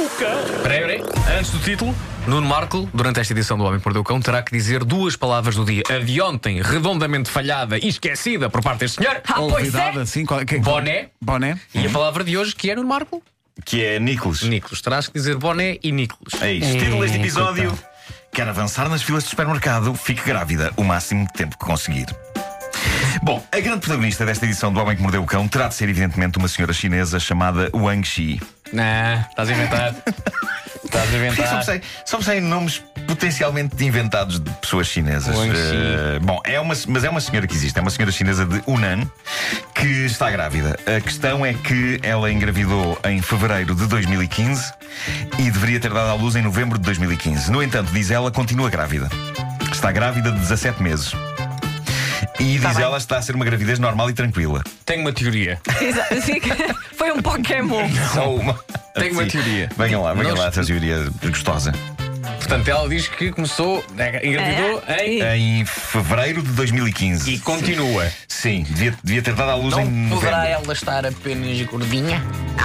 o Cão. Peraí. Antes do título, Nuno Marco, durante esta edição do Homem que Mordeu o Cão, terá que dizer duas palavras do dia. A de ontem, redondamente falhada e esquecida por parte deste senhor. Pois é. Assim, Boné. Boné. E a palavra de hoje, que é Nuno Marco? Que é Nicolas. Nicolas. Terás que dizer boné e Nicolas. É isso. Título deste episódio: quer avançar nas filas de supermercado, fique grávida o máximo de tempo que conseguir. Bom, a grande protagonista desta edição do Homem que Mordeu o Cão terá de ser, evidentemente, uma senhora chinesa chamada Wang Xi. Não, estás a inventar. Estás a inventar. Só me saem nomes potencialmente inventados de pessoas chinesas. Wang Xi. Bom, mas é uma senhora que existe. É uma senhora chinesa de Hunan que está grávida. A questão é que ela engravidou em fevereiro de 2015 e deveria ter dado à luz em novembro de 2015. No entanto, diz ela, continua grávida. Está grávida de 17 meses. E diz ela, está a ser uma gravidez normal e tranquila. Tenho uma teoria. Foi um Pokémon. Só uma. Tenho uma teoria. Venham lá, essa teoria gostosa. Portanto, ela diz que começou, engravidou Em fevereiro de 2015. e continua. Sim, devia ter dado à luz em novembro. Poderá ela estar apenas gordinha?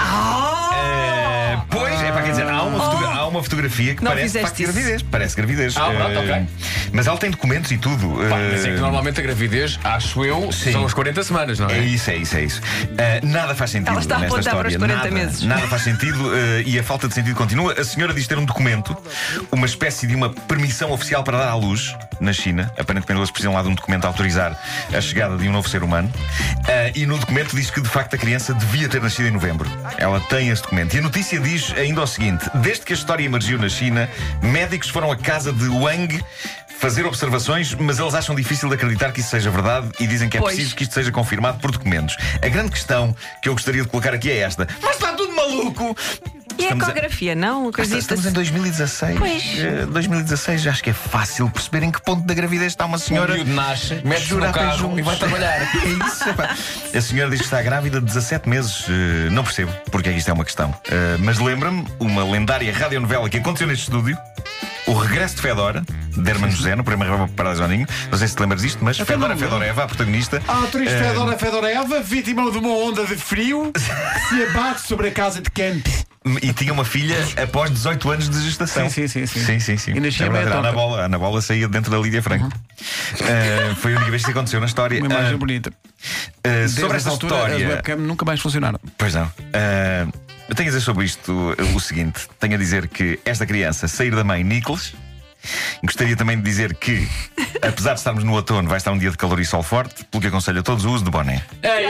Pois, é para quer dizer, há uma fotografia que Não parece de fizeste facto isso. gravidez. Parece gravidez. Pronto, ok. Mas ela tem documentos e tudo. Mas é que normalmente a gravidez, acho eu, Sim. são as 40 semanas, não é? É isso. Nada faz sentido Ela está a nesta apontar para história. os 40 meses. Nada faz sentido e a falta de sentido continua. A senhora diz ter um documento, uma espécie de uma permissão oficial para dar à luz na China. Aparentemente eles precisam lá de um documento a autorizar a chegada de um novo ser humano. E no documento diz que de facto a criança devia ter nascido em novembro. Ela tem esse documento. E a notícia diz ainda o seguinte: desde que a história emergiu na China, médicos foram à casa de Wang fazer observações, mas eles acham difícil de acreditar que isso seja verdade e dizem que é preciso que isto seja confirmado por documentos. A grande questão que eu gostaria de colocar aqui é esta: mas está tudo maluco! E a ecografia, não? Estamos em 2016. Pois. 2016, acho que é fácil perceber em que ponto da gravidez está uma senhora. O miúdo nasce, mete-se no carro e vai trabalhar. É isso, epá. A senhora diz que está grávida de 17 meses. Não percebo porque é que isto é uma questão. Mas lembra-me uma lendária radionovela que aconteceu neste estúdio: O Regresso de Fedora, de Hermano José, no programa Paradise ao Ninho. Não sei se te lembras disto, mas Fedora Eva, a protagonista. A atriz Fedora Eva, vítima de uma onda de frio que se abate sobre a casa de Kent. E tinha uma filha após 18 anos de gestação. Sim. E nascia a bem a Ana Bola saía dentro da Lídia Franco. Foi a única vez que isso aconteceu na história. Uma imagem bonita. Sobre esta altura, as história. webcam nunca mais funcionaram. Pois não. Eu tenho a dizer sobre isto o seguinte: tenho a dizer que esta criança sair da mãe Nicholas. Gostaria também de dizer que, apesar de estarmos no outono, vai estar um dia de calor e sol forte, pelo que aconselho a todos o uso de boné.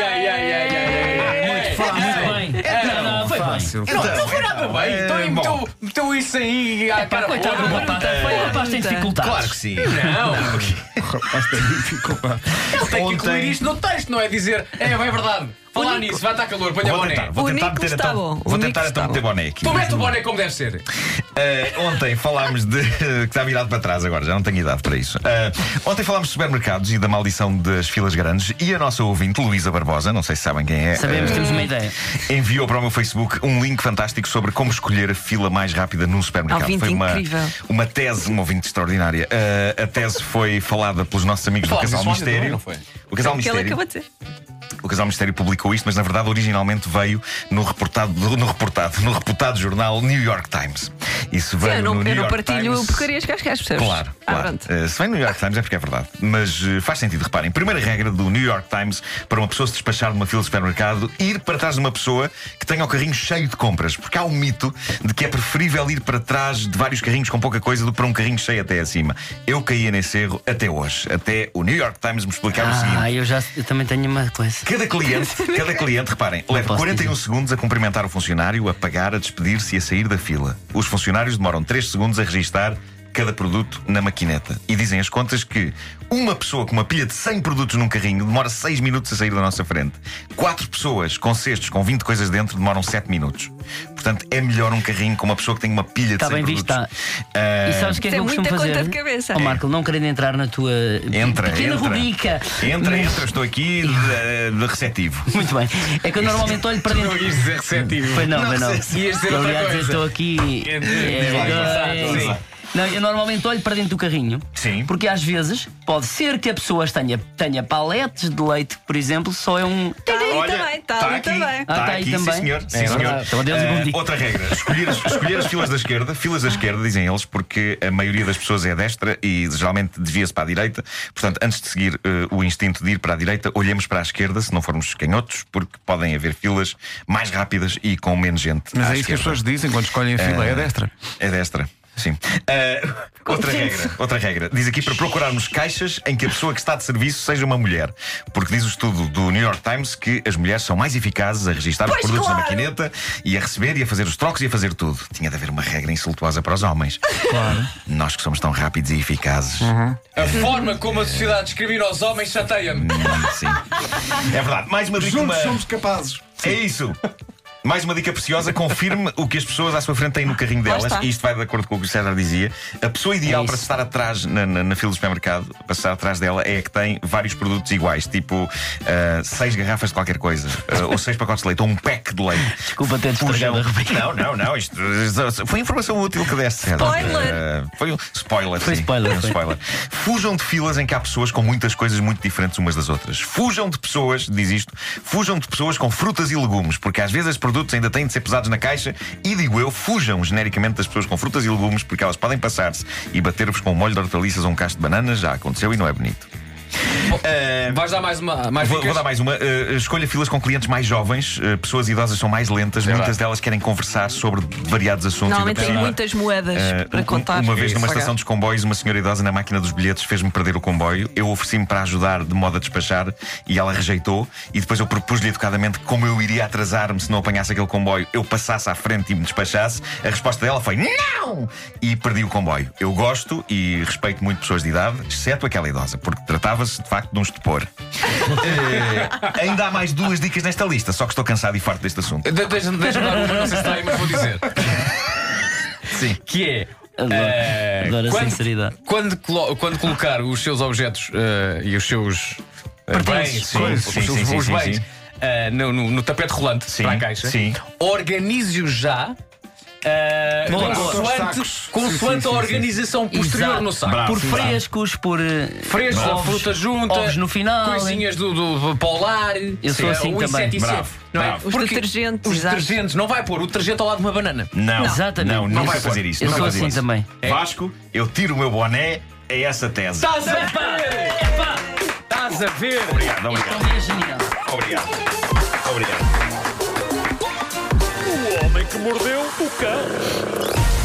Não foi Fácil. Não foi nada bem. Então meteu isso aí à cara. Coitado do Batata. O rapaz tem dificuldades. Claro que sim. Não. O rapaz tem dificuldade. Ele tem que incluir isto no texto, não é dizer é verdade. Falar nisso, vai estar calor, ponha boné. Vou O tentar Nicolas meter está bom. Vou O tentar Nicolas então está meter bom. boné aqui. Tu mete o boné como deve ser. Ontem falámos de. que está virado para trás agora, já não tenho idade para isso. Ontem falámos de supermercados e da maldição das filas grandes. E a nossa ouvinte, Luísa Barbosa, não sei se sabem quem é. Sabemos, temos uma ideia. Enviou para o meu Facebook um link fantástico sobre como escolher a fila mais rápida num supermercado. Ouvinte Foi incrível. uma tese, uma ouvinte extraordinária. A tese foi falada pelos nossos amigos do Falámos Casal disso ontem também, Mistério. não foi? O Casal Que ele Mistério. acabou de dizer. O Casal Mistério publicou isto, mas na verdade originalmente veio no reputado jornal New York Times. Isso veio Eu não no New York partilho Times. porcarias cascais, percebes? Claro. Pronto. Se vem no New York Times é porque é verdade. Mas faz sentido, reparem. Primeira regra do New York Times para uma pessoa se despachar de uma fila de supermercado: ir para trás de uma pessoa que tenha o carrinho cheio de compras. Porque há um mito de que é preferível ir para trás de vários carrinhos com pouca coisa do que para um carrinho cheio até acima. Eu caía nesse erro até hoje. Até o New York Times me explicar o seguinte: Eu também tenho uma coisa. Cada cliente, reparem, leva 41 segundos a cumprimentar o funcionário, a pagar, a despedir-se e a sair da fila. Os funcionários demoram 3 segundos a registar cada produto na maquineta. E dizem as contas que uma pessoa com uma pilha de 100 produtos num carrinho demora 6 minutos a sair da nossa frente. 4 pessoas com cestos com 20 coisas dentro demoram 7 minutos. Portanto, é melhor um carrinho com uma pessoa que tem uma pilha de Está 100 bem visto, produtos. está. E sabes o que é que eu Tem costumo muita fazer? conta de cabeça. Oh, Marco, não querendo entrar na tua pequena rubrica. Entra, estou aqui de receptivo. Muito bem. É que eu normalmente olho para dentro. Não ias dizer receptivo. Foi não. Ias dizer outra Aliás, eu coisa. estou aqui. Sim. Não, eu normalmente olho para dentro do carrinho. Sim. Porque às vezes pode ser que a pessoa tenha paletes de leite, por exemplo, só é um. Está ali aqui, também. Está Tá aí aqui, também. sim senhor. Sim, É senhor. verdade. Então, adeus e bom dia. Outra regra, escolher as filas da esquerda. Filas da esquerda, dizem eles, porque a maioria das pessoas é destra e geralmente desvia-se para a direita. Portanto, antes de seguir o instinto de ir para a direita, olhemos para a esquerda, se não formos canhotos, porque podem haver filas mais rápidas e com menos gente. Mas à é isso que as esquerda. pessoas dizem quando escolhem a fila, é destra. É destra. Sim. Outra regra. Diz aqui para procurarmos caixas em que a pessoa que está de serviço seja uma mulher. Porque diz o estudo do New York Times que as mulheres são mais eficazes a registrar os produtos na maquineta e a receber e a fazer os trocos e a fazer tudo. Tinha de haver uma regra insultuosa para os homens. Claro. Nós que somos tão rápidos e eficazes. A forma como a sociedade discrimina os homens chateia-me. Sim. É verdade. Mais uma dica. Juntos somos capazes. É isso. Mais uma dica preciosa, confirme o que as pessoas à sua frente têm no carrinho delas. está. E isto vai de acordo com o que o César dizia. A pessoa ideal É para isso. estar atrás na fila do supermercado, para estar atrás dela, é a que tem vários produtos iguais, tipo 6 garrafas de qualquer coisa, ou 6 pacotes de leite, ou um pack de leite. Desculpa ter estragado a rubrica. Não. Isto foi informação útil que deste, César. Spoiler. Foi um spoiler. Foi sim. spoiler, Foi um foi. spoiler. Fujam de filas em que há pessoas com muitas coisas muito diferentes umas das outras. Fujam de pessoas, diz isto, fujam de pessoas com frutas e legumes, porque às vezes os produtos ainda têm de ser pesados na caixa e, digo eu, fujam genericamente das pessoas com frutas e legumes, porque elas podem passar-se e bater-vos com um molho de hortaliças ou um cacho de bananas. Já aconteceu e não é bonito. Vais dar mais uma. Vou dar mais uma. Escolha filas com clientes mais jovens. Pessoas idosas são mais lentas. Muitas delas querem conversar sobre variados assuntos. Normalmente Ainda por tem cima, muitas moedas para contar. Uma vez numa Pagar. estação dos comboios, uma senhora idosa na máquina dos bilhetes fez-me perder o comboio. Eu ofereci-me para ajudar de modo a despachar e ela rejeitou. E depois eu propus-lhe educadamente que, como eu iria atrasar-me se não apanhasse aquele comboio, eu passasse à frente e me despachasse. A resposta dela foi não! E perdi o comboio. Eu gosto e respeito muito pessoas de idade, exceto aquela idosa, porque tratava-se de facto de um estupor. Ainda há mais 2 dicas nesta lista, só que estou cansado e farto deste assunto. Deixa-me dar uma, não sei se está aí, mas vou dizer. Sim. Que é. Adoro a sinceridade. Quando colocar os seus objetos e os seus Pertences. bens, Sim, os sim, bens sim. no tapete rolante Sim, para a caixa, sim. organize-os já. Consoante a organização posterior Exato. no saco. Bravo. Por frescos, por Fresco, ovos, fruta junta, ovos no final. coisinhas do polar. Eu sou assim o também. inseticida, Bravo, não é? bravo. Os Porque detergentes, Os exato. detergentes, não vai pôr o detergente ao lado de uma banana. Não, Exatamente. não Eu vai sou- fazer isso. Eu não sou vai fazer assim isso. também. Vasco, eu tiro o meu boné a essa tese. Estás a ver? Epá, estás a ver? Obrigado. Então é genial. Obrigado. O homem que mordeu o cão.